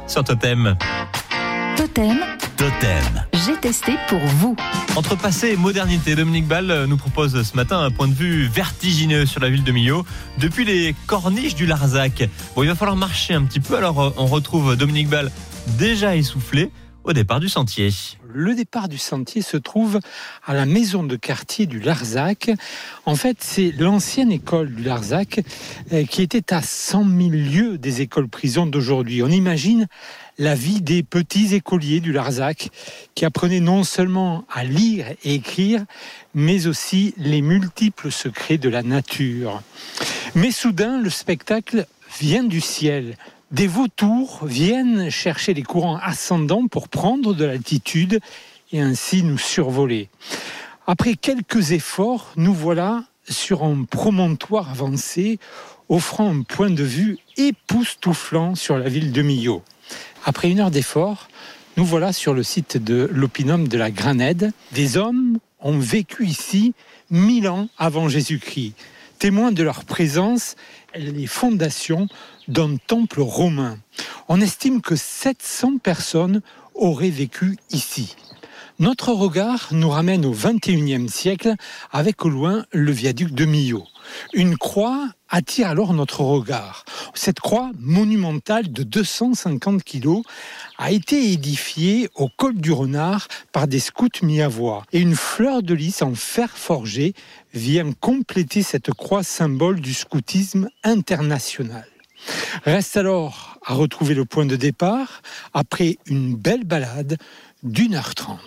sur Totem. Totem, j'ai testé pour vous. Entre passé et modernité, Dominique Ball nous propose ce matin un point de vue vertigineux sur la ville de Millau, depuis les corniches du Larzac. Bon, il va falloir marcher un petit peu, alors on retrouve Dominique Ball déjà essoufflé au départ du sentier. Le départ du sentier se trouve à la maison de quartier du Larzac. En fait, c'est l'ancienne école du Larzac qui était à 100 000 lieues des écoles-prisons d'aujourd'hui. On imagine la vie des petits écoliers du Larzac qui apprenaient non seulement à lire et écrire, mais aussi les multiples secrets de la nature. Mais soudain, le spectacle vient du ciel. Des vautours viennent chercher les courants ascendants pour prendre de l'altitude et ainsi nous survoler. Après quelques efforts, nous voilà sur un promontoire avancé, offrant un point de vue époustouflant sur la ville de Millau. Après 1 heure d'effort, nous voilà sur le site de l'Opinum de la Granède. Des hommes ont vécu ici 1000 ans avant Jésus-Christ. Témoins de leur présence, les fondations d'un temple romain. On estime que 700 personnes auraient vécu ici. Notre regard nous ramène au XXIe siècle avec au loin le viaduc de Millau. Une croix attire alors notre regard. Cette croix monumentale de 250 kilos a été édifiée au col du Renard par des scouts mis à voix. Et une fleur de lys en fer forgé vient compléter cette croix symbole du scoutisme international. Reste alors à retrouver le point de départ après une belle balade d'1h30.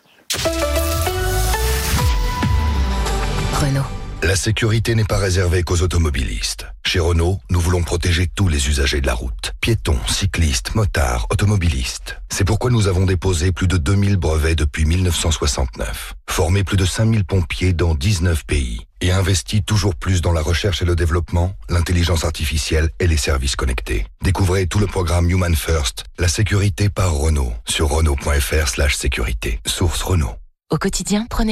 Renault. La sécurité n'est pas réservée qu'aux automobilistes. Chez Renault, nous voulons protéger tous les usagers de la route. Piétons, cyclistes, motards, automobilistes. C'est pourquoi nous avons déposé plus de 2000 brevets depuis 1969. Formé plus de 5000 pompiers dans 19 pays. Et investi toujours plus dans la recherche et le développement, l'intelligence artificielle et les services connectés. Découvrez tout le programme Human First, la sécurité par Renault, sur Renault.fr/sécurité. Source Renault. Au quotidien, prenez